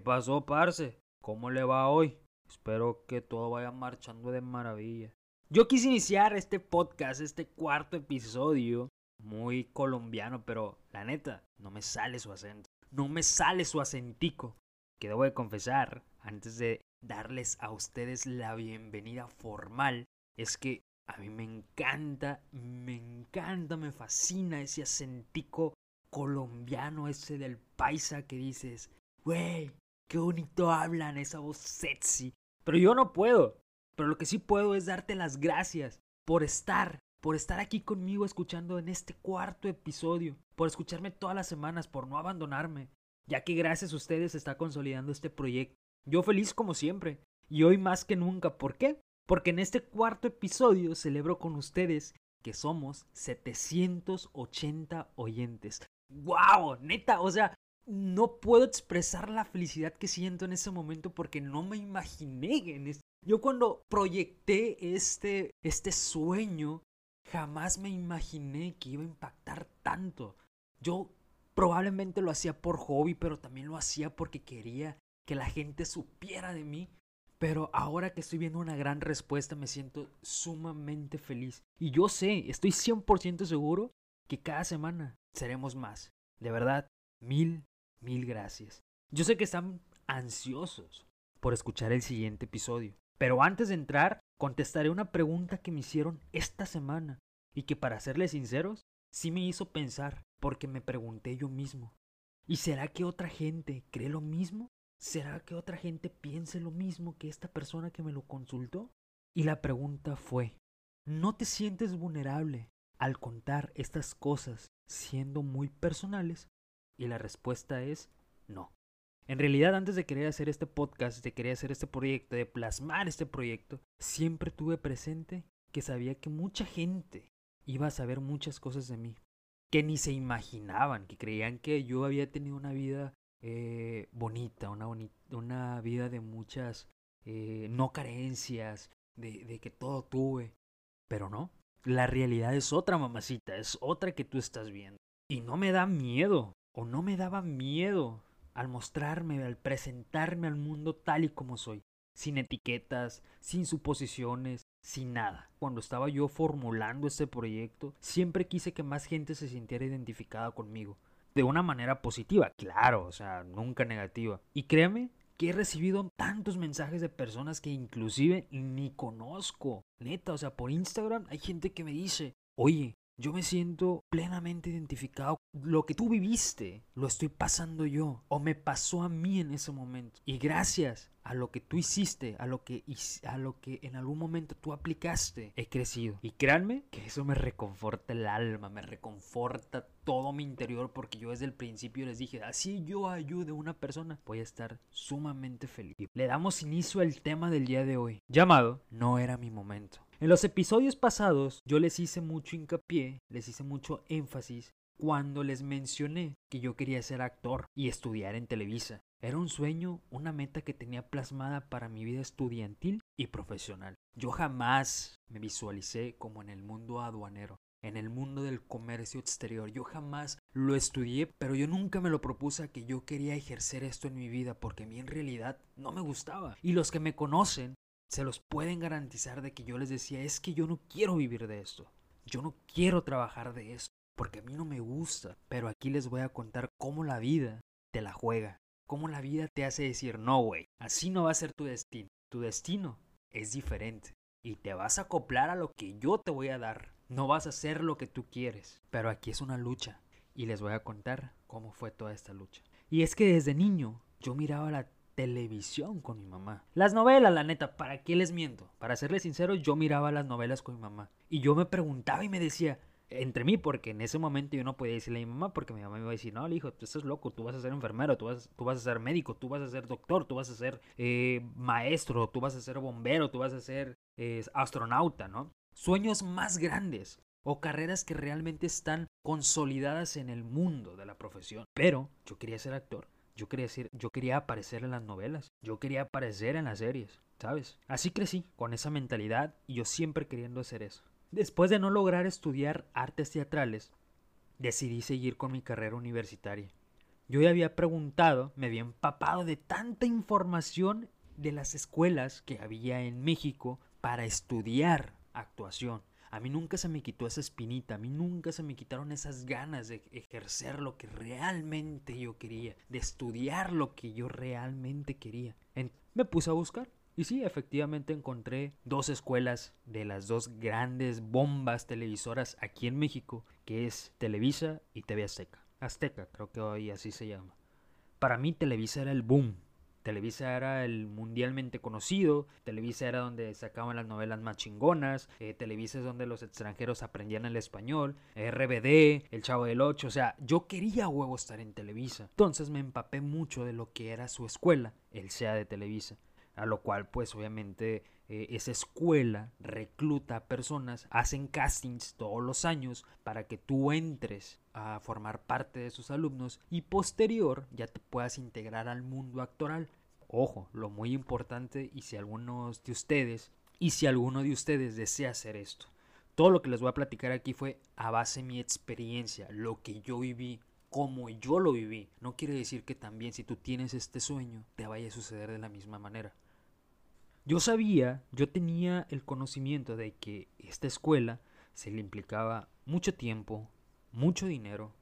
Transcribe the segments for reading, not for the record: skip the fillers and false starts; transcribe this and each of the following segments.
pasó, parce? ¿Cómo le va hoy? Espero que todo vaya marchando de maravilla. Yo quise iniciar este podcast, este cuarto episodio, muy colombiano, pero la neta, no me sale su acento. No me sale su acentico. Que debo de confesar, antes de darles a ustedes la bienvenida formal, es que a mí me encanta, me fascina ese acentico colombiano, ese del paisa que dices, güey, qué bonito hablan, esa voz sexy. Pero yo no puedo. Pero lo que sí puedo es darte las gracias por estar aquí conmigo escuchando en este cuarto episodio, por escucharme todas las semanas, por no abandonarme, ya que gracias a ustedes se está consolidando este proyecto. Yo feliz como siempre, y hoy más que nunca. ¿Por qué? Porque en este cuarto episodio celebro con ustedes que somos 780 oyentes. ¡Wow! Neta, o sea, no puedo expresar la felicidad que siento en ese momento porque no me imaginé en este... Yo cuando proyecté este sueño, jamás me imaginé que iba a impactar tanto. Yo probablemente lo hacía por hobby, pero también lo hacía porque quería que la gente supiera de mí. Pero ahora que estoy viendo una gran respuesta, me siento sumamente feliz. Y yo sé, estoy 100% seguro que cada semana seremos más. De verdad, mil gracias. Yo sé que están ansiosos por escuchar el siguiente episodio. Pero antes de entrar, contestaré una pregunta que me hicieron esta semana y que, para serles sinceros, sí me hizo pensar, porque me pregunté yo mismo, ¿y será que otra gente cree lo mismo? ¿Será que otra gente piense lo mismo que esta persona que me lo consultó? Y la pregunta fue, ¿no te sientes vulnerable al contar estas cosas siendo muy personales? Y la respuesta es no. En realidad, antes de querer hacer este podcast, de querer hacer este proyecto, de plasmar este proyecto, siempre tuve presente que sabía que mucha gente iba a saber muchas cosas de mí, que ni se imaginaban, que creían que yo había tenido una vida bonita, una vida de muchas no carencias, de que todo tuve. Pero no, la realidad es otra, mamacita, es otra que tú estás viendo. Y no me da miedo, o no me daba miedo al mostrarme, al presentarme al mundo tal y como soy, sin etiquetas, sin suposiciones, sin nada. Cuando estaba yo formulando este proyecto, siempre quise que más gente se sintiera identificada conmigo. De una manera positiva, claro, o sea, nunca negativa. Y créeme que he recibido tantos mensajes de personas que inclusive ni conozco. Neta, o sea, por Instagram hay gente que me dice, oye, yo me siento plenamente identificado. Lo que tú viviste, lo estoy pasando yo. O me pasó a mí en ese momento. Y gracias a lo que tú hiciste, a lo que en algún momento tú aplicaste, he crecido. Y créanme que eso me reconforta el alma, me reconforta todo mi interior, porque yo desde el principio les dije, así yo ayude a una persona, voy a estar sumamente feliz. Le damos inicio al tema del día de hoy, llamado No era mi momento. En los episodios pasados yo les hice mucho hincapié, les hice mucho énfasis cuando les mencioné que yo quería ser actor y estudiar en Televisa. Era un sueño, una meta que tenía plasmada para mi vida estudiantil y profesional. Yo jamás me visualicé como en el mundo aduanero, en el mundo del comercio exterior. Yo jamás lo estudié, pero yo nunca me lo propuse, que yo quería ejercer esto en mi vida, porque a mí en realidad no me gustaba. Y los que me conocen se los pueden garantizar de que yo les decía, es que yo no quiero vivir de esto. Yo no quiero trabajar de esto, porque a mí no me gusta. Pero aquí les voy a contar cómo la vida te la juega. Cómo la vida te hace decir, no, güey, así no va a ser tu destino. Tu destino es diferente. Y te vas a acoplar a lo que yo te voy a dar. No vas a hacer lo que tú quieres. Pero aquí es una lucha. Y les voy a contar cómo fue toda esta lucha. Y es que desde niño yo miraba la televisión con mi mamá. Las novelas, la neta, ¿para qué les miento? Para serles sincero, yo miraba las novelas con mi mamá. Y yo me preguntaba y me decía, entre mí, porque en ese momento yo no podía decirle a mi mamá, porque mi mamá me iba a decir, no, hijo, tú estás loco, tú vas a ser enfermero, tú vas a ser médico, tú vas a ser doctor, tú vas a ser maestro, tú vas a ser bombero, tú vas a ser astronauta, ¿no? Sueños más grandes o carreras que realmente están consolidadas en el mundo de la profesión. Pero yo quería ser actor. Yo quería aparecer en las novelas. Yo quería aparecer en las series, ¿sabes? Así crecí, con esa mentalidad, y yo siempre queriendo hacer eso. Después de no lograr estudiar artes teatrales, decidí seguir con mi carrera universitaria. Yo ya había preguntado, me había empapado de tanta información de las escuelas que había en México para estudiar actuación. A mí nunca se me quitó esa espinita, a mí nunca se me quitaron esas ganas de ejercer lo que realmente yo quería, de estudiar lo que yo realmente quería. Me puse a buscar y sí, efectivamente encontré dos escuelas de las dos grandes bombas televisoras aquí en México, que es Televisa y TV Azteca. Azteca, creo que hoy así se llama. Para mí Televisa era el boom. Televisa era el mundialmente conocido, Televisa era donde sacaban las novelas más chingonas, Televisa es donde los extranjeros aprendían el español, RBD, El Chavo del Ocho, o sea, yo quería huevo estar en Televisa. Entonces me empapé mucho de lo que era su escuela, el SEA de Televisa, a lo cual pues obviamente esa escuela recluta a personas, hacen castings todos los años para que tú entres a formar parte de sus alumnos y posterior ya te puedas integrar al mundo actoral. Ojo, lo muy importante y si alguno de ustedes desea hacer esto. Todo lo que les voy a platicar aquí fue a base de mi experiencia, lo que yo viví, como yo lo viví. No quiere decir que también si tú tienes este sueño te vaya a suceder de la misma manera. Yo tenía el conocimiento de que esta escuela se le implicaba mucho tiempo, mucho dinero,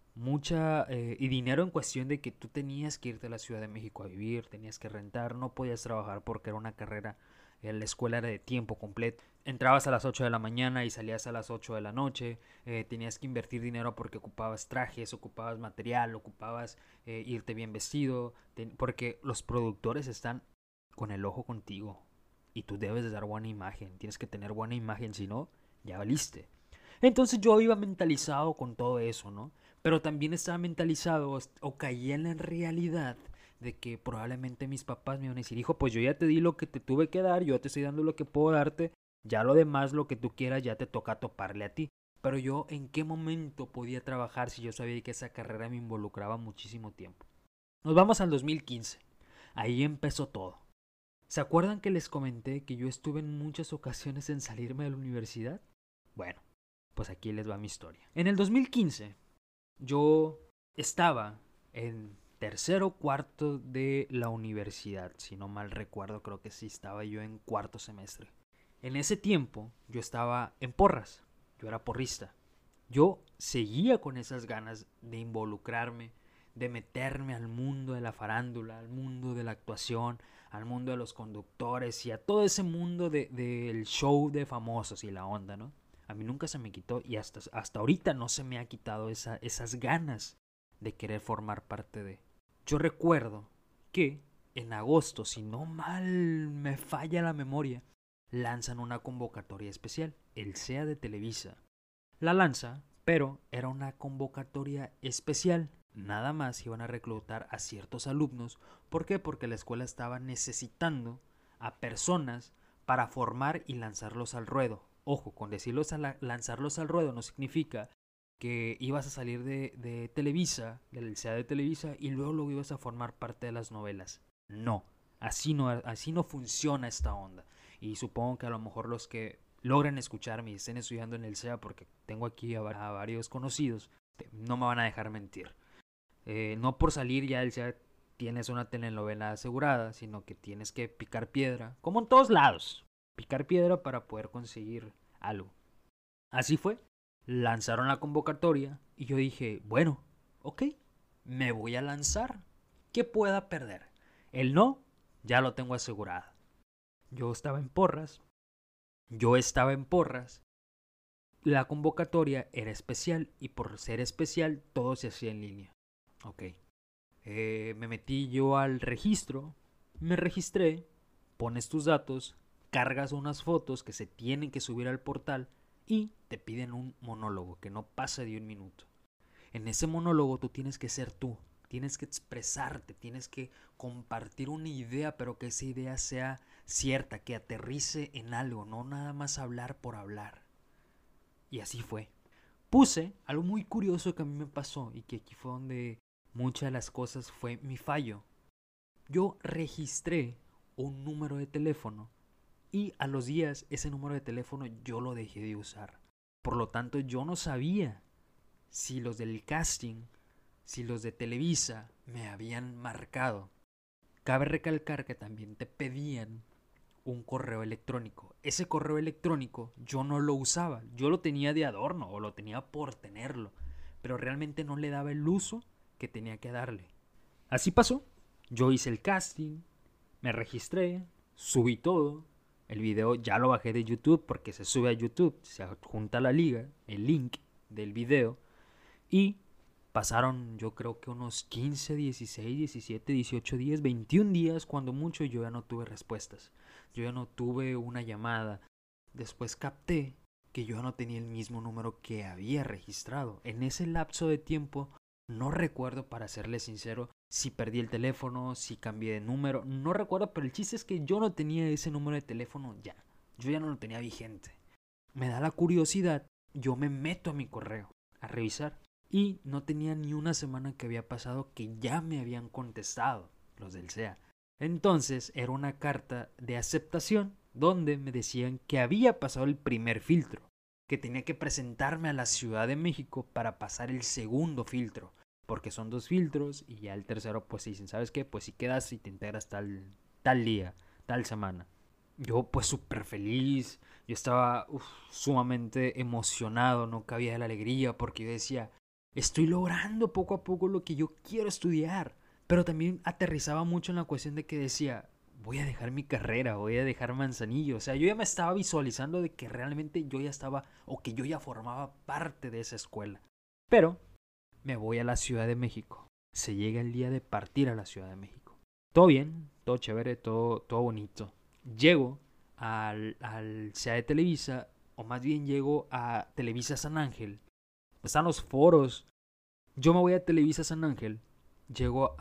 y dinero en cuestión de que tú tenías que irte a la Ciudad de México a vivir, tenías que rentar, no podías trabajar porque era una carrera, la escuela era de tiempo completo. Entrabas a las 8 de la mañana y salías a las 8 de la noche, tenías que invertir dinero porque ocupabas trajes, ocupabas material, ocupabas irte bien vestido, porque los productores están con el ojo contigo y tú debes de dar buena imagen, tienes que tener buena imagen, si no, ya valiste. Entonces yo iba mentalizado con todo eso, ¿no? Pero también estaba mentalizado o caía en la realidad de que probablemente mis papás me iban a decir, hijo, pues yo ya te di lo que te tuve que dar, yo te estoy dando lo que puedo darte, ya lo demás, lo que tú quieras, ya te toca toparle a ti. Pero yo, ¿en qué momento podía trabajar si yo sabía que esa carrera me involucraba muchísimo tiempo? Nos vamos al 2015. Ahí empezó todo. ¿Se acuerdan que les comenté que yo estuve en muchas ocasiones en salirme de la universidad? Bueno, pues aquí les va mi historia. En el 2015 yo estaba en tercero o cuarto de la universidad, si no mal recuerdo, creo que sí estaba yo en cuarto semestre. En ese tiempo yo estaba en porras, yo era porrista. Yo seguía con esas ganas de involucrarme, de meterme al mundo de la farándula, al mundo de la actuación, al mundo de los conductores y a todo ese mundo del show de famosos y la onda, ¿no? A mí nunca se me quitó y hasta ahorita no se me ha quitado esas ganas de querer formar parte de. Yo recuerdo que en agosto, si no mal me falla la memoria, lanzan una convocatoria especial, el SEA de Televisa. La lanza, pero era una convocatoria especial. Nada más iban a reclutar a ciertos alumnos. ¿Por qué? Porque la escuela estaba necesitando a personas para formar y lanzarlos al ruedo. Ojo, con decirlos lanzarlos al ruedo no significa que ibas a salir de Televisa, del SEA de Televisa, y luego ibas a formar parte de las novelas. No, así no funciona esta onda. Y supongo que a lo mejor los que logren escucharme y estén estudiando en el SEA, porque tengo aquí a varios conocidos, no me van a dejar mentir. No por salir ya del SEA tienes una telenovela asegurada, sino que tienes que picar piedra, como en todos lados, picar piedra para poder conseguir algo. Así fue, lanzaron la convocatoria y yo dije, bueno, ok, me voy a lanzar. ¿Qué pueda perder? El no, ya lo tengo asegurado. Yo estaba en porras. La convocatoria era especial y por ser especial todo se hacía en línea. Ok. Me metí yo al registro, me registré, pones tus datos, cargas unas fotos que se tienen que subir al portal y te piden un monólogo que no pasa de 1 minuto. En ese monólogo tú tienes que ser tú, tienes que expresarte, tienes que compartir una idea, pero que esa idea sea cierta, que aterrice en algo, no nada más hablar por hablar. Y así fue. Puse algo muy curioso que a mí me pasó y que aquí fue donde muchas de las cosas fue mi fallo. Yo registré un número de teléfono y a los días ese número de teléfono yo lo dejé de usar. Por lo tanto yo no sabía si los del casting si los de Televisa me habían marcado. Cabe recalcar que también te pedían un correo electrónico. Ese correo electrónico yo no lo usaba, yo lo tenía de adorno o lo tenía por tenerlo, pero realmente no le daba el uso que tenía que darle. Así pasó, yo hice el casting, me registré, subí todo, el video ya lo bajé de YouTube porque se sube a YouTube, se adjunta la liga, el link del video, y pasaron yo creo que unos 15, 16, 17, 18 días, 21 días cuando mucho, yo ya no tuve respuestas. Yo ya no tuve una llamada. Después capté que yo no tenía el mismo número que había registrado. En ese lapso de tiempo no recuerdo, para serle sincero, si perdí el teléfono, si cambié de número. No recuerdo, pero el chiste es que yo no tenía ese número de teléfono ya. Yo ya no lo tenía vigente. Me da la curiosidad, yo me meto a mi correo a revisar. Y no tenía ni una semana que había pasado que ya me habían contestado los del SEA. Entonces era una carta de aceptación donde me decían que había pasado el primer filtro, que tenía que presentarme a la Ciudad de México para pasar el segundo filtro, porque son 2 filtros y ya el tercero pues dicen, ¿sabes qué? Pues si quedas y te integras tal día, tal semana. Yo pues súper feliz, yo estaba sumamente emocionado, no cabía de la alegría porque yo decía, estoy logrando poco a poco lo que yo quiero estudiar. Pero también aterrizaba mucho en la cuestión de que decía, voy a dejar mi carrera, voy a dejar Manzanillo. O sea, yo ya me estaba visualizando de que realmente yo ya estaba, o que yo ya formaba parte de esa escuela. Pero me voy a la Ciudad de México. Se llega el día de partir a la Ciudad de México. Todo bien, todo chévere, todo bonito. Llego al CEA de Televisa, o más bien llego a Televisa San Ángel. Están los foros. Yo me voy a Televisa San Ángel. Llego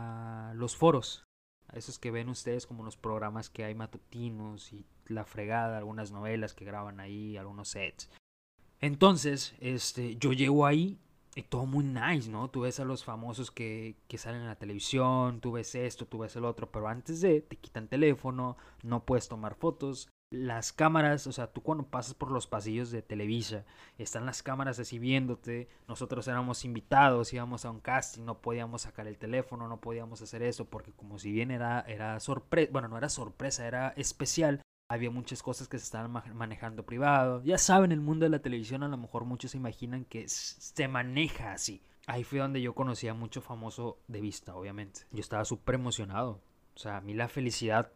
a los foros, a esos que ven ustedes como los programas que hay matutinos y la fregada, algunas novelas que graban ahí, algunos sets. Entonces, yo llego ahí y todo muy nice, ¿no? Tú ves a los famosos que salen en la televisión, tú ves esto, tú ves el otro, pero antes te quitan teléfono, no puedes tomar fotos. Las cámaras, o sea, tú cuando pasas por los pasillos de Televisa, están las cámaras así viéndote. Nosotros éramos invitados, íbamos a un casting, no podíamos sacar el teléfono, no podíamos hacer eso, porque como si bien era sorpresa, bueno, no era sorpresa, era especial, había muchas cosas que se estaban manejando privado. Ya saben, el mundo de la televisión, a lo mejor muchos se imaginan que se maneja así. Ahí fue donde yo conocí a mucho famoso de vista, obviamente. Yo estaba súper emocionado, o sea, a mí la felicidad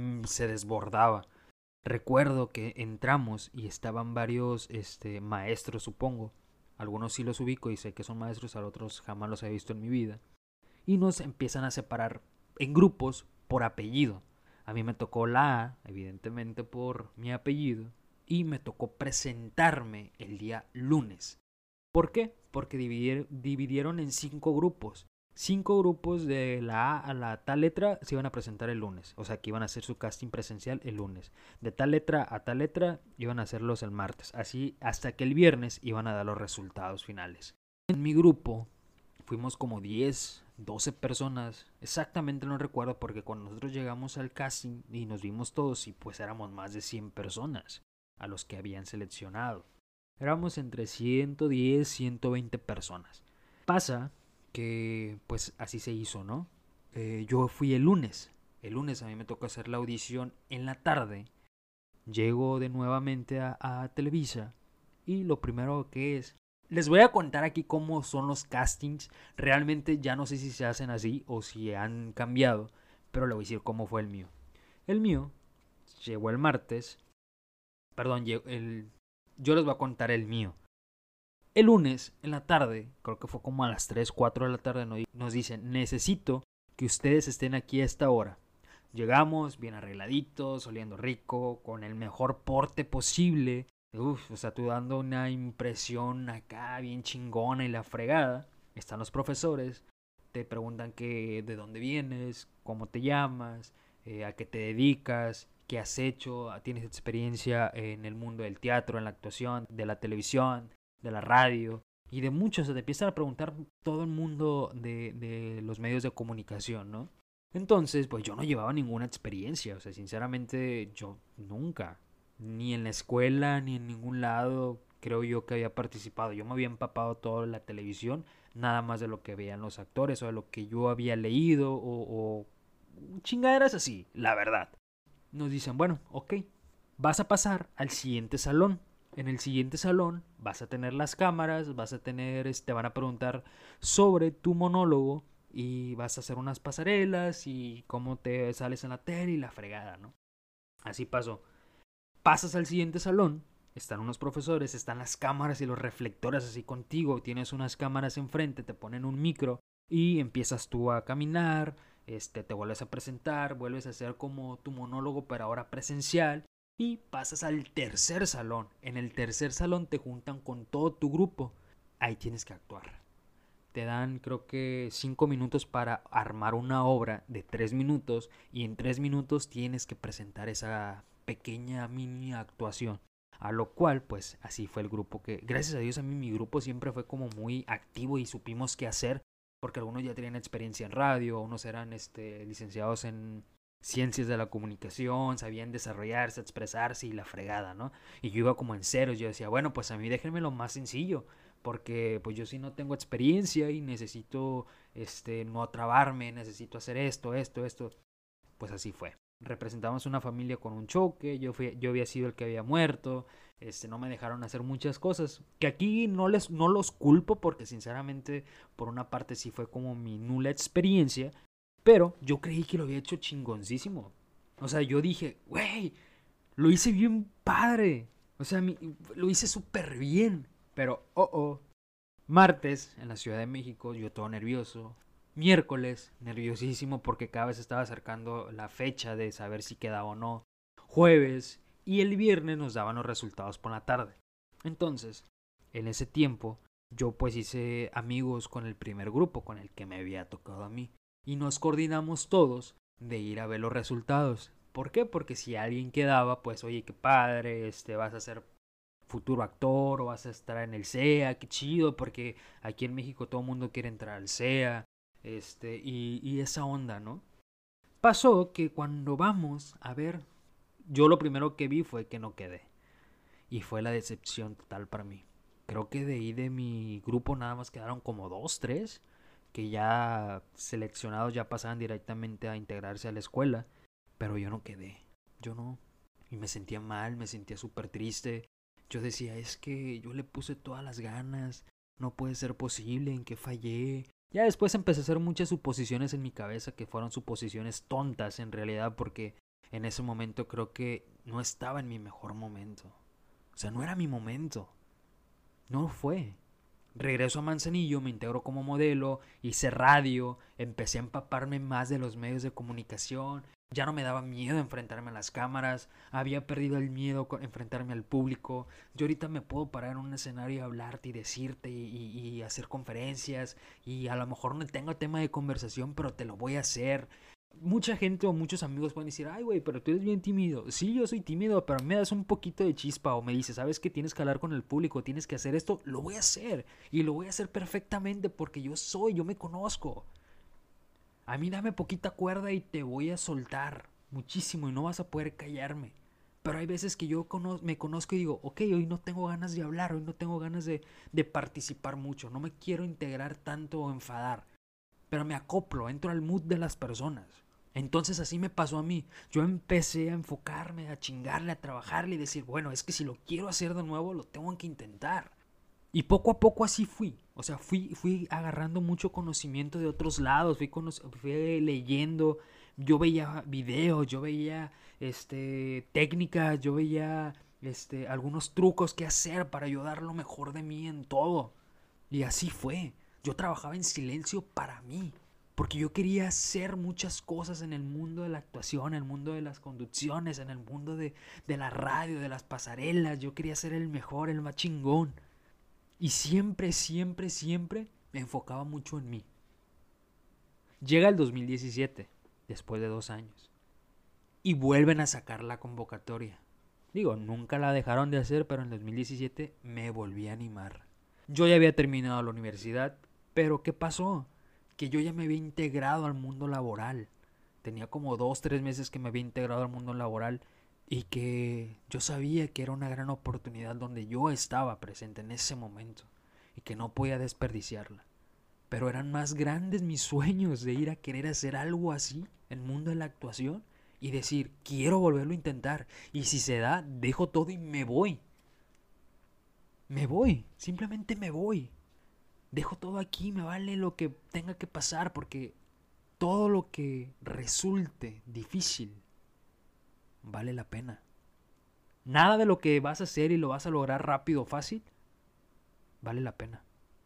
se desbordaba. Recuerdo que entramos y estaban varios maestros, supongo. Algunos sí los ubico y sé que son maestros, a otros jamás los he visto en mi vida. Y nos empiezan a separar en grupos por apellido. A mí me tocó la A, evidentemente por mi apellido, y me tocó presentarme el día lunes. ¿Por qué? Porque dividieron en 5 grupos. 5 grupos de la A a la tal letra se iban a presentar el lunes. O sea que iban a hacer su casting presencial el lunes. De tal letra a tal letra iban a hacerlos el martes. Así hasta que el viernes iban a dar los resultados finales. En mi grupo fuimos como 10, 12 personas. Exactamente no recuerdo porque cuando nosotros llegamos al casting y nos vimos todos y pues éramos más de 100 personas a los que habían seleccionado. Éramos entre 110, 120 personas. Pasa que pues así se hizo, ¿no? Yo fui el lunes. El lunes a mí me tocó hacer la audición en la tarde. Llego de nuevamente a Televisa y lo primero que es... Les voy a contar aquí cómo son los castings. Realmente ya no sé si se hacen así o si han cambiado, pero le voy a decir cómo fue el mío. El mío llegó el martes. Perdón, yo les voy a contar el mío. El lunes, en la tarde, creo que fue como a las 3, 4 de la tarde, nos dicen, necesito que ustedes estén aquí a esta hora. Llegamos bien arregladitos, oliendo rico, con el mejor porte posible. O sea, tú dando una impresión acá bien chingona y la fregada. Están los profesores, te preguntan de dónde vienes, cómo te llamas, a qué te dedicas, qué has hecho, tienes experiencia en el mundo del teatro, en la actuación, de la televisión, de la radio y de muchos. Se te empiezan a preguntar todo el mundo de los medios de comunicación, ¿no? Entonces, pues yo no llevaba ninguna experiencia, o sea, sinceramente yo nunca, ni en la escuela, ni en ningún lado, creo yo que había participado. Yo me había empapado todo en la televisión, nada más de lo que veían los actores o de lo que yo había leído o chingaderas así, la verdad. Nos dicen, bueno, ok, vas a pasar al siguiente salón. En el siguiente salón vas a tener las cámaras, vas a tener, te van a preguntar sobre tu monólogo y vas a hacer unas pasarelas y cómo te sales en la tele y la fregada, ¿no? Así pasó. Pasas al siguiente salón, están unos profesores, están las cámaras y los reflectores así contigo, tienes unas cámaras enfrente, te ponen un micro y empiezas tú a caminar, te vuelves a presentar, vuelves a hacer como tu monólogo pero ahora presencial y pasas al tercer salón. En el tercer salón te juntan con todo tu grupo, ahí tienes que actuar. Te dan creo que 5 minutos para armar una obra de 3 minutos y en 3 minutos tienes que presentar esa pequeña mini actuación. A lo cual pues así fue el grupo que, gracias a Dios a mí mi grupo siempre fue como muy activo y supimos qué hacer porque algunos ya tenían experiencia en radio, unos eran licenciados en ciencias de la comunicación, sabían desarrollarse, expresarse y la fregada, ¿no? Y yo iba como en ceros, yo decía, bueno, pues a mí déjenme lo más sencillo, porque pues yo sí no tengo experiencia y necesito no trabarme, necesito hacer esto, pues así fue. Representamos una familia con un choque, yo había sido el que había muerto, no me dejaron hacer muchas cosas, que aquí no los culpo porque sinceramente por una parte sí fue como mi nula experiencia, pero yo creí que lo había hecho chingoncísimo. O sea, yo dije, güey, lo hice bien padre. O sea, lo hice súper bien. Pero, martes, en la Ciudad de México, yo todo nervioso. Miércoles, nerviosísimo porque cada vez estaba acercando la fecha de saber si quedaba o no. Jueves y el viernes nos daban los resultados por la tarde. Entonces, en ese tiempo, yo pues hice amigos con el primer grupo, con el que me había tocado a mí. Y nos coordinamos todos de ir a ver los resultados. ¿Por qué? Porque si alguien quedaba, pues oye, qué padre, vas a ser futuro actor o vas a estar en el SEA, qué chido, porque aquí en México todo el mundo quiere entrar al SEA, y esa onda, ¿no? Pasó que cuando vamos a ver, yo lo primero que vi fue que no quedé, y fue la decepción total para mí. Creo que de ahí de mi grupo nada más quedaron como 2, 3, que ya seleccionados ya pasaban directamente a integrarse a la escuela, pero yo no quedé, yo no, y me sentía mal, me sentía súper triste. Yo decía, es que yo le puse todas las ganas, no puede ser posible, en que fallé. Ya después empecé a hacer muchas suposiciones en mi cabeza que fueron suposiciones tontas en realidad porque en ese momento creo que no estaba en mi mejor momento. O sea, no era mi momento. No lo fue. Regreso a Manzanillo, me integro como modelo, hice radio, empecé a empaparme más de los medios de comunicación, ya no me daba miedo enfrentarme a las cámaras, había perdido el miedo a enfrentarme al público, yo ahorita me puedo parar en un escenario y hablarte y decirte y hacer conferencias y a lo mejor no tengo tema de conversación, pero te lo voy a hacer. Mucha gente o muchos amigos pueden decir, ay, güey, pero tú eres bien tímido. Sí, yo soy tímido, pero me das un poquito de chispa o me dices, sabes que tienes que hablar con el público, tienes que hacer esto, lo voy a hacer. Y lo voy a hacer perfectamente porque yo me conozco. A mí dame poquita cuerda y te voy a soltar muchísimo y no vas a poder callarme. Pero hay veces que yo me conozco y digo, ok, hoy no tengo ganas de hablar, hoy no tengo ganas de participar mucho, no me quiero integrar tanto o enfadar. Pero me acoplo, entro al mood de las personas. Entonces así me pasó a mí. Yo empecé a enfocarme, a chingarle, a trabajarle y decir, bueno, es que si lo quiero hacer de nuevo, lo tengo que intentar. Y poco a poco así fui. O sea, fui agarrando mucho conocimiento de otros lados, fui leyendo, yo veía videos, yo veía técnicas, yo veía algunos trucos que hacer para yo dar lo mejor de mí en todo. Y así fue. Yo trabajaba en silencio para mí. Porque yo quería hacer muchas cosas en el mundo de la actuación, en el mundo de las conducciones, en el mundo de la radio, de las pasarelas. Yo quería ser el mejor, el más chingón. Y siempre, siempre, siempre me enfocaba mucho en mí. Llega el 2017, después de 2 años. Y vuelven a sacar la convocatoria. Digo, nunca la dejaron de hacer, pero en 2017 me volví a animar. Yo ya había terminado la universidad, pero ¿qué pasó? Que yo ya me había integrado al mundo laboral. Tenía como 2, 3 meses que me había integrado al mundo laboral y que yo sabía que era una gran oportunidad donde yo estaba presente en ese momento y que no podía desperdiciarla. Pero eran más grandes mis sueños de ir a querer hacer algo así en el mundo de la actuación y decir, quiero volverlo a intentar. Y si se da, dejo todo y me voy. Me voy, simplemente me voy. Dejo todo aquí, me vale lo que tenga que pasar, porque todo lo que resulte difícil vale la pena. Nada de lo que vas a hacer y lo vas a lograr rápido o fácil vale la pena.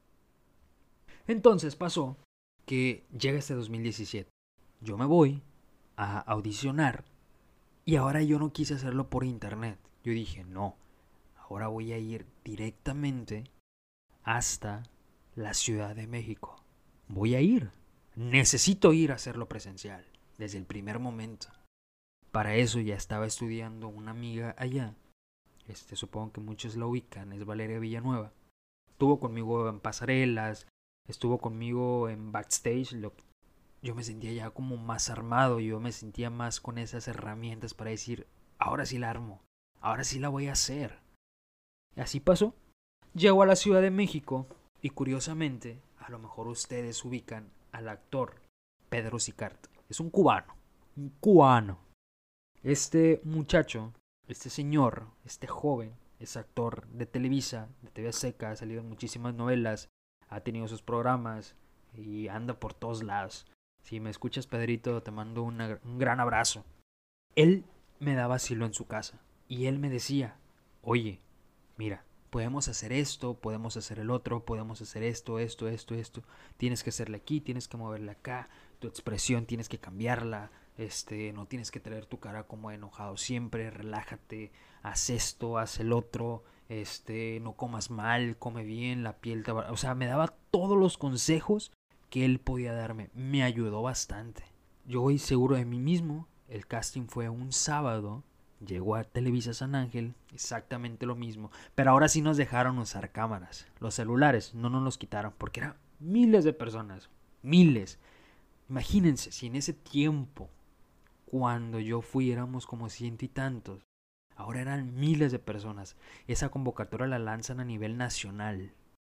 Entonces pasó que llega este 2017. Yo me voy a audicionar y ahora yo no quise hacerlo por internet. Yo dije, no, ahora voy a ir directamente hasta la Ciudad de México. Voy a ir. Necesito ir a hacerlo presencial desde el primer momento. Para eso ya estaba estudiando una amiga allá. Supongo que muchos la ubican, es Valeria Villanueva. Estuvo conmigo en pasarelas, estuvo conmigo en backstage. Yo me sentía ya como más armado, yo me sentía más con esas herramientas para decir, ahora sí la armo, ahora sí la voy a hacer. Y así pasó. Llego a la Ciudad de México y curiosamente, a lo mejor ustedes ubican al actor Pedro Sicart. Es un cubano, un cubano. Este muchacho, este señor, este joven, es actor de Televisa, de TV Azteca, ha salido en muchísimas novelas, ha tenido sus programas y anda por todos lados. Si me escuchas, Pedrito, te mando un gran abrazo. Él me daba asilo en su casa y él me decía, oye, mira, podemos hacer esto, podemos hacer el otro, podemos hacer esto, tienes que hacerle aquí, tienes que moverle acá, tu expresión tienes que cambiarla, no tienes que traer tu cara como enojado siempre, relájate, haz esto, haz el otro, no comas mal, come bien, la piel te va... O sea, me daba todos los consejos que él podía darme, me ayudó bastante. Yo voy seguro de mí mismo, el casting fue un sábado, llegó a Televisa San Ángel, exactamente lo mismo, pero ahora sí nos dejaron usar cámaras, los celulares no nos los quitaron, porque eran miles de personas, miles. Imagínense, si en ese tiempo, cuando yo fui, éramos como 100 y tantos, ahora eran miles de personas. Esa convocatoria la lanzan a nivel nacional.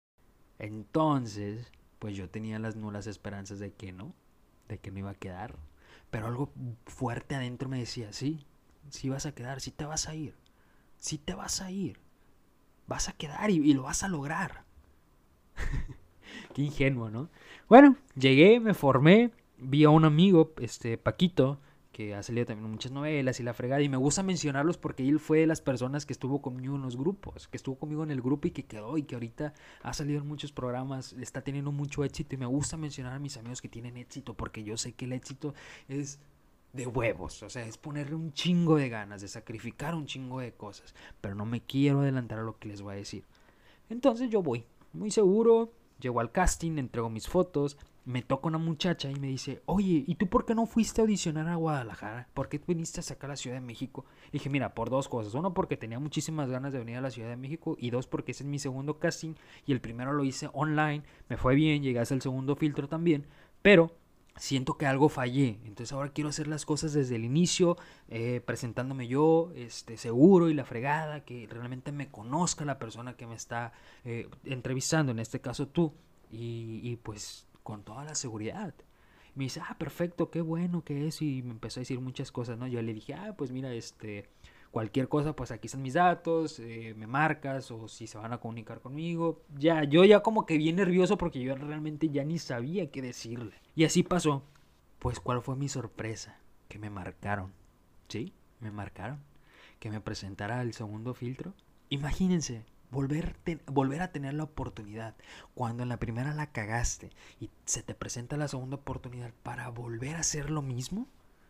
Entonces, pues yo tenía las nulas esperanzas de que no iba a quedar. Pero algo fuerte adentro me decía, sí, sí vas a quedar, sí te vas a ir, sí te vas a ir, vas a quedar y lo vas a lograr. Qué ingenuo, ¿no? Bueno, llegué, me formé, vi a un amigo, Paquito, que ha salido también en muchas novelas y la fregada, y me gusta mencionarlos porque él fue de las personas que estuvo conmigo en los grupos, que estuvo conmigo en el grupo y que quedó y que ahorita ha salido en muchos programas, está teniendo mucho éxito y me gusta mencionar a mis amigos que tienen éxito porque yo sé que el éxito es de huevos, o sea, es ponerle un chingo de ganas, de sacrificar un chingo de cosas, pero no me quiero adelantar a lo que les voy a decir. Entonces yo voy, muy seguro, llego al casting, entrego mis fotos, me toca una muchacha y me dice, oye, ¿y tú por qué no fuiste a audicionar a Guadalajara? ¿Por qué viniste a sacar a la Ciudad de México? Y dije, mira, por dos cosas. Uno, porque tenía muchísimas ganas de venir a la Ciudad de México. Y dos, porque ese es mi segundo casting. Y el primero lo hice online. Me fue bien, llegué hasta el segundo filtro también. Pero siento que algo fallé. Entonces ahora quiero hacer las cosas desde el inicio, presentándome yo, seguro y la fregada, que realmente me conozca la persona que me está entrevistando, en este caso tú. Y pues con toda la seguridad. Me dice, perfecto, qué bueno que es. Y me empezó a decir muchas cosas, ¿no? Yo le dije, pues mira, cualquier cosa, pues aquí están mis datos, me marcas o si se van a comunicar conmigo. Yo ya como que bien nervioso porque yo realmente ya ni sabía qué decirle. Y así pasó. Pues cuál fue mi sorpresa, que me marcaron. ¿Sí? Me marcaron. Que me presentara el segundo filtro. Imagínense, volver a tener la oportunidad cuando en la primera la cagaste y se te presenta la segunda oportunidad para volver a hacer lo mismo.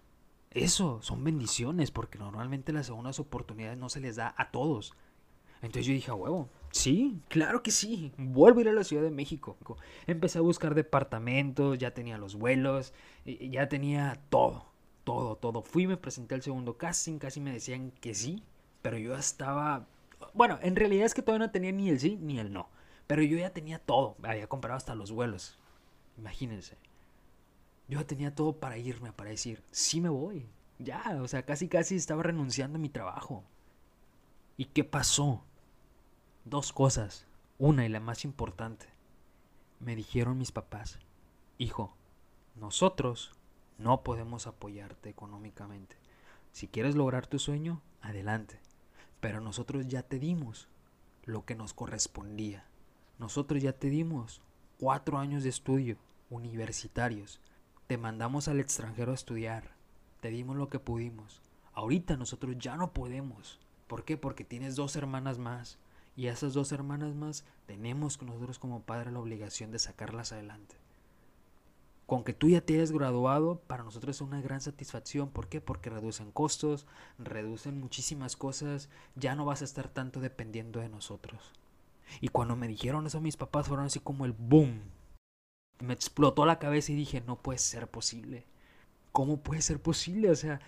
Eso son bendiciones porque normalmente las segundas oportunidades no se les da a todos. Entonces yo dije, a huevo, sí, claro que sí, vuelvo a ir a la Ciudad de México. Empecé a buscar departamentos, ya tenía los vuelos, ya tenía todo, todo, todo. Fui, me presenté al segundo casting, casi me decían que sí, pero yo estaba... Bueno, en realidad es que todavía no tenía ni el sí ni el no, pero yo ya tenía todo, había comprado hasta los vuelos, imagínense. Yo ya tenía todo para irme, para decir, sí me voy. Ya, o sea, casi estaba renunciando a mi trabajo. ¿Y qué pasó? Dos cosas. Una y la más importante. Me dijeron mis papás, hijo, nosotros no podemos apoyarte económicamente. Si quieres lograr tu sueño, adelante. Pero nosotros ya te dimos lo que nos correspondía. Nosotros ya te dimos 4 años de estudio universitarios. Te mandamos al extranjero a estudiar. Te dimos lo que pudimos. Ahorita nosotros ya no podemos. ¿Por qué? Porque tienes 2 hermanas más. Y a esas 2 hermanas más tenemos nosotros como padres la obligación de sacarlas adelante. Con que tú ya te hayas graduado, para nosotros es una gran satisfacción. ¿Por qué? Porque reducen costos, reducen muchísimas cosas, ya no vas a estar tanto dependiendo de nosotros. Y cuando me dijeron eso mis papás fueron así como el boom. Me explotó la cabeza y dije, no puede ser posible. ¿Cómo puede ser posible? O sea,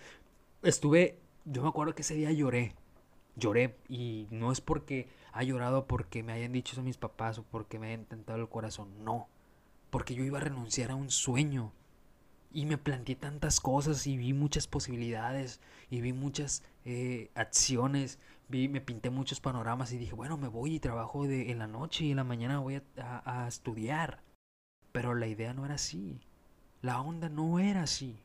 yo me acuerdo que ese día lloré y no es porque haya llorado porque me hayan dicho eso mis papás o porque me hayan tentado el corazón, no. Porque yo iba a renunciar a un sueño. Y me planteé tantas cosas y vi muchas posibilidades y vi muchas acciones. Me pinté muchos panoramas y dije, bueno, me voy y trabajo en la noche y en la mañana voy a estudiar. Pero la idea no era así. La onda no era así.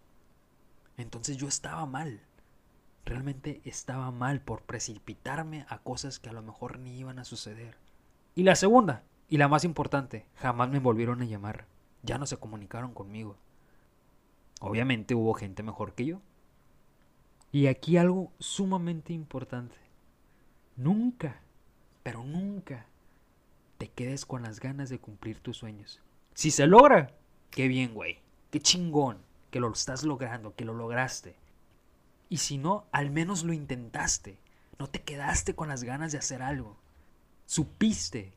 Entonces yo estaba mal. Realmente estaba mal por precipitarme a cosas que a lo mejor ni iban a suceder. Y la segunda, y la más importante, jamás me volvieron a llamar. Ya no se comunicaron conmigo. Obviamente hubo gente mejor que yo. Y aquí algo sumamente importante. Nunca, pero nunca te quedes con las ganas de cumplir tus sueños. Si se logra, qué bien, güey. Qué chingón que lo estás logrando, que lo lograste. Y si no, al menos lo intentaste. No te quedaste con las ganas de hacer algo. Supiste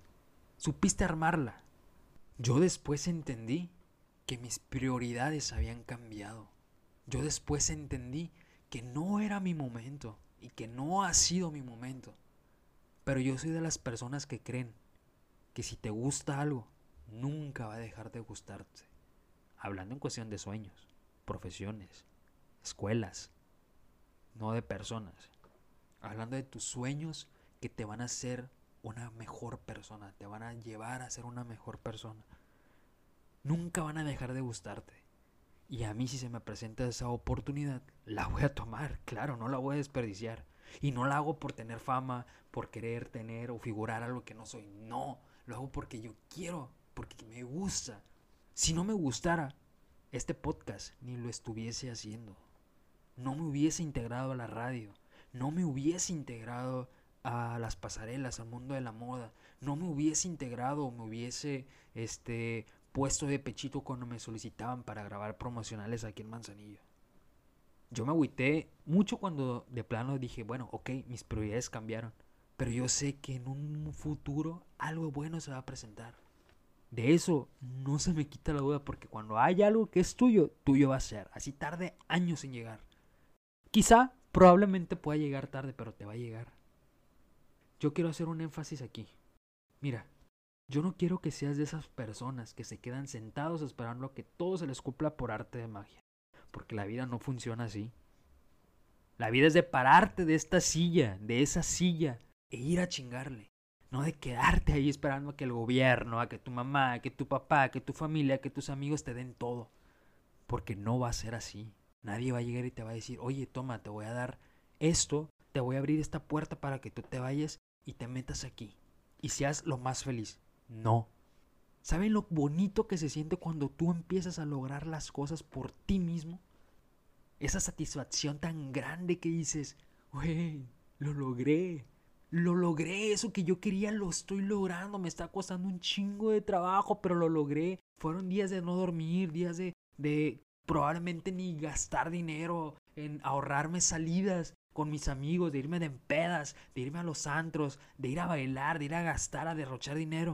armarla. Yo después entendí que mis prioridades habían cambiado. Yo después entendí que no era mi momento y que no ha sido mi momento. Pero yo soy de las personas que creen que si te gusta algo, nunca va a dejar de gustarte. Hablando en cuestión de sueños, profesiones, escuelas, no de personas. Hablando de tus sueños que te van a hacer una mejor persona, te van a llevar a ser una mejor persona. Nunca van a dejar de gustarte. Y a mí si se me presenta esa oportunidad, la voy a tomar, claro, no la voy a desperdiciar. Y no la hago por tener fama, por querer tener o figurar algo que no soy. No, lo hago porque yo quiero, porque me gusta. Si no me gustara, este podcast ni lo estuviese haciendo. No me hubiese integrado a la radio. No me hubiese integrado a las pasarelas, al mundo de la moda. No me hubiese integrado o me hubiese puesto de pechito cuando me solicitaban para grabar promocionales aquí en Manzanillo. Yo me agüité mucho cuando de plano dije, bueno, ok, mis prioridades cambiaron. Pero yo sé que en un futuro algo bueno se va a presentar. De eso no se me quita la duda porque cuando hay algo que es tuyo, tuyo va a ser. Así tarde años en llegar. Quizá, probablemente pueda llegar tarde, pero te va a llegar. Yo quiero hacer un énfasis aquí. Mira, yo no quiero que seas de esas personas que se quedan sentados esperando que todo se les cumpla por arte de magia. Porque la vida no funciona así. La vida es de pararte de esta silla, de esa silla, e ir a chingarle. No de quedarte ahí esperando a que el gobierno, a que tu mamá, a que tu papá, a que tu familia, a que tus amigos te den todo. Porque no va a ser así. Nadie va a llegar y te va a decir, oye, toma, te voy a dar esto, te voy a abrir esta puerta para que tú te vayas y te metas aquí. Y seas lo más feliz. No. ¿Saben lo bonito que se siente cuando tú empiezas a lograr las cosas por ti mismo? Esa satisfacción tan grande que dices, güey, lo logré. Lo logré, eso que yo quería lo estoy logrando. Me está costando un chingo de trabajo, pero lo logré. Fueron días de no dormir, días de probablemente ni gastar dinero en ahorrarme salidas con mis amigos, de irme de empedas, de irme a los antros, de ir a bailar, de ir a gastar, a derrochar dinero.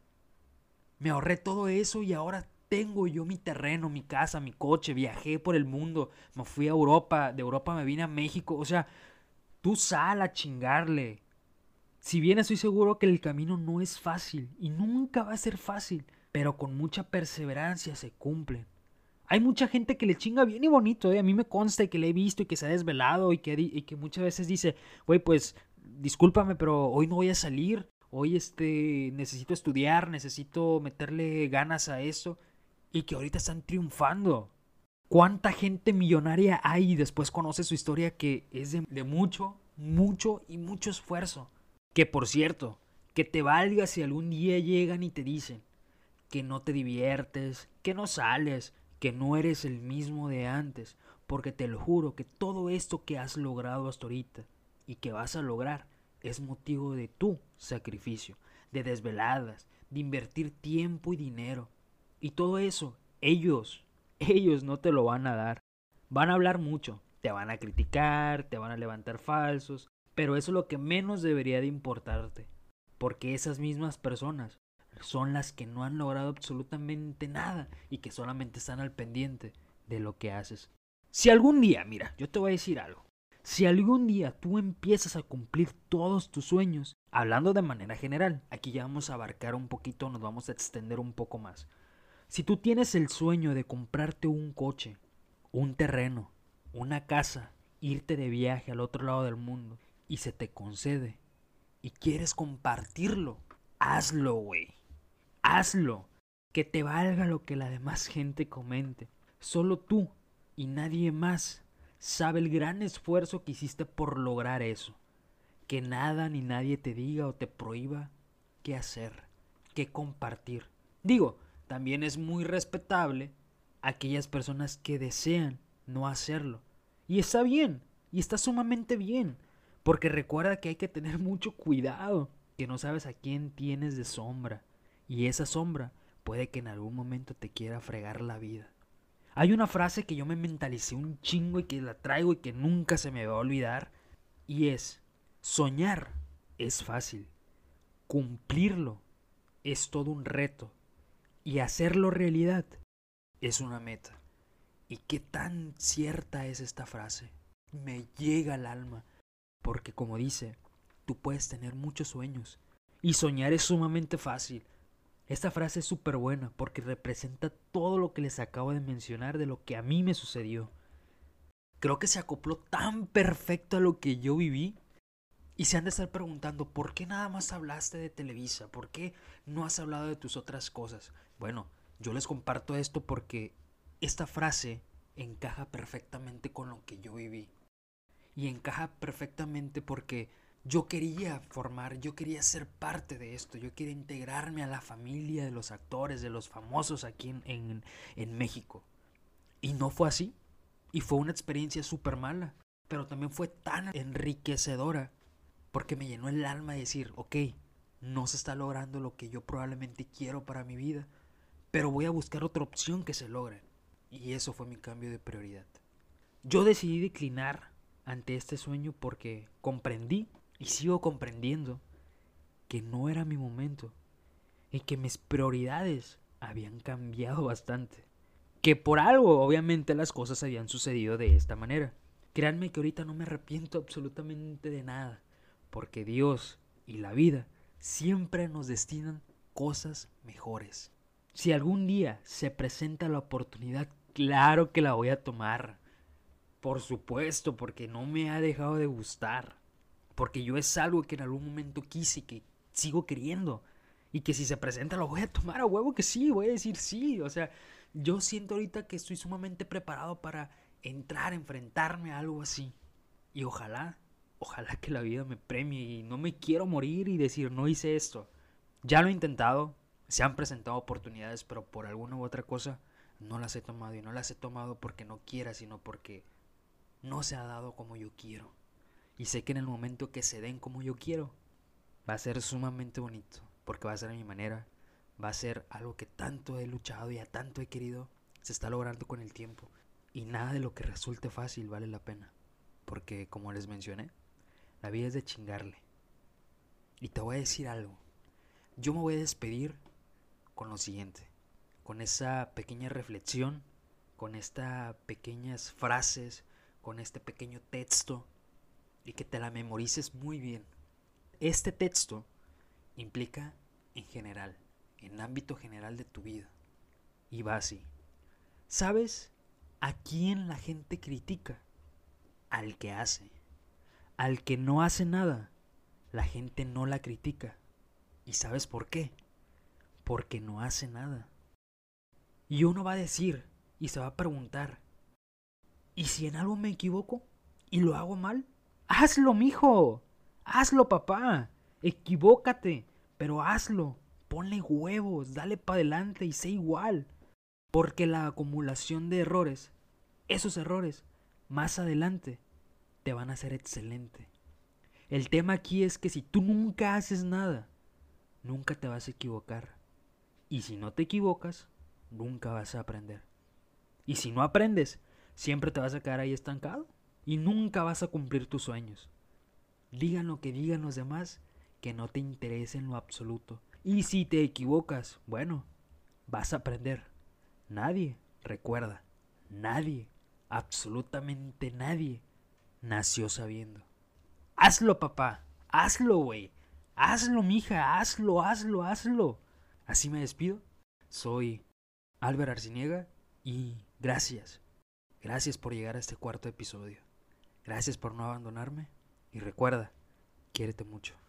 Me ahorré todo eso y ahora tengo yo mi terreno, mi casa, mi coche, viajé por el mundo, me fui a Europa, de Europa me vine a México, o sea, tú sal a chingarle. Si bien estoy seguro que el camino no es fácil y nunca va a ser fácil, pero con mucha perseverancia se cumplen. Hay mucha gente que le chinga bien y bonito, ¿eh? A mí me consta y que le he visto y que se ha desvelado y que muchas veces dice, güey, pues discúlpame, pero hoy no voy a salir. Hoy necesito estudiar, necesito meterle ganas a eso. Y que ahorita están triunfando. ¿Cuánta gente millonaria hay y después conoce su historia que es de mucho, mucho y mucho esfuerzo? Que por cierto, que te valga si algún día llegan y te dicen que no te diviertes, que no sales, que no eres el mismo de antes, porque te lo juro que todo esto que has logrado hasta ahorita y que vas a lograr es motivo de tu sacrificio, de desveladas, de invertir tiempo y dinero. Y todo eso, ellos no te lo van a dar. Van a hablar mucho, te van a criticar, te van a levantar falsos, pero eso es lo que menos debería de importarte, porque esas mismas personas son las que no han logrado absolutamente nada y que solamente están al pendiente de lo que haces. Si algún día, mira, yo te voy a decir algo. Si algún día tú empiezas a cumplir todos tus sueños, hablando de manera general, aquí ya vamos a abarcar un poquito, nos vamos a extender un poco más. Si tú tienes el sueño de comprarte un coche, un terreno, una casa, irte de viaje al otro lado del mundo y se te concede y quieres compartirlo, hazlo, güey. Hazlo. Que te valga lo que la demás gente comente. Solo tú y nadie más sabe el gran esfuerzo que hiciste por lograr eso. Que nada ni nadie te diga o te prohíba qué hacer, qué compartir. Digo, también es muy respetable aquellas personas que desean no hacerlo. Y está bien, y está sumamente bien, porque recuerda que hay que tener mucho cuidado, que no sabes a quién tienes de sombra, y esa sombra puede que en algún momento te quiera fregar la vida. Hay una frase que yo me mentalicé un chingo y que la traigo y que nunca se me va a olvidar, y es, soñar es fácil, cumplirlo es todo un reto, y hacerlo realidad es una meta. ¿Y qué tan cierta es esta frase? Me llega al alma, porque como dice, tú puedes tener muchos sueños, y soñar es sumamente fácil. Esta frase es súper buena porque representa todo lo que les acabo de mencionar de lo que a mí me sucedió. Creo que se acopló tan perfecto a lo que yo viví. Y se han de estar preguntando, ¿por qué nada más hablaste de Televisa? ¿Por qué no has hablado de tus otras cosas? Bueno, yo les comparto esto porque esta frase encaja perfectamente con lo que yo viví. Y encaja perfectamente porque yo quería ser parte de esto, yo quería integrarme a la familia de los actores, de los famosos aquí en México. Y no fue así. Y fue una experiencia súper mala. Pero también fue tan enriquecedora porque me llenó el alma de decir, ok, no se está logrando lo que yo probablemente quiero para mi vida, pero voy a buscar otra opción que se logre. Y eso fue mi cambio de prioridad. Yo decidí declinar ante este sueño porque comprendí y sigo comprendiendo que no era mi momento y que mis prioridades habían cambiado bastante. Que por algo, obviamente, las cosas habían sucedido de esta manera. Créanme que ahorita no me arrepiento absolutamente de nada, porque Dios y la vida siempre nos destinan cosas mejores. Si algún día se presenta la oportunidad, claro que la voy a tomar. Por supuesto, porque no me ha dejado de gustar. Porque yo es algo que en algún momento quise y que sigo queriendo. Y que si se presenta lo voy a tomar a huevo que sí, voy a decir sí. O sea, yo siento ahorita que estoy sumamente preparado para entrar, enfrentarme a algo así. Y ojalá que la vida me premie y no me quiero morir y decir no hice esto. Ya lo he intentado, se han presentado oportunidades, pero por alguna u otra cosa no las he tomado. Y no las he tomado porque no quiera, sino porque no se ha dado como yo quiero. Y sé que en el momento que se den como yo quiero, va a ser sumamente bonito, porque va a ser a mi manera, va a ser algo que tanto he luchado y a tanto he querido, se está logrando con el tiempo. Y nada de lo que resulte fácil vale la pena, porque como les mencioné, la vida es de chingarle. Y te voy a decir algo, yo me voy a despedir con lo siguiente, con esa pequeña reflexión, con estas pequeñas frases, con este pequeño texto, y que te la memorices muy bien. Este texto implica en general, en ámbito general de tu vida. Y va así. ¿Sabes a quién la gente critica? Al que hace. Al que no hace nada, la gente no la critica. ¿Y sabes por qué? Porque no hace nada. Y uno va a decir y se va a preguntar, ¿y si en algo me equivoco y lo hago mal? Hazlo, mijo. Hazlo, papá. Equivócate, pero hazlo. Ponle huevos, dale para adelante y sé igual. Porque la acumulación de errores, esos errores, más adelante, te van a hacer excelente. El tema aquí es que si tú nunca haces nada, nunca te vas a equivocar. Y si no te equivocas, nunca vas a aprender. Y si no aprendes, siempre te vas a quedar ahí estancado y nunca vas a cumplir tus sueños. Digan lo que digan los demás, que no te interese en lo absoluto. Y si te equivocas, bueno, vas a aprender. Nadie, recuerda, nadie, absolutamente nadie, nació sabiendo. Hazlo, papá, hazlo, güey. Hazlo, mija, hazlo, hazlo, hazlo. Así me despido. Soy Álvaro Arciniega y gracias. Gracias por llegar a este cuarto episodio. Gracias por no abandonarme y recuerda, quiérete mucho.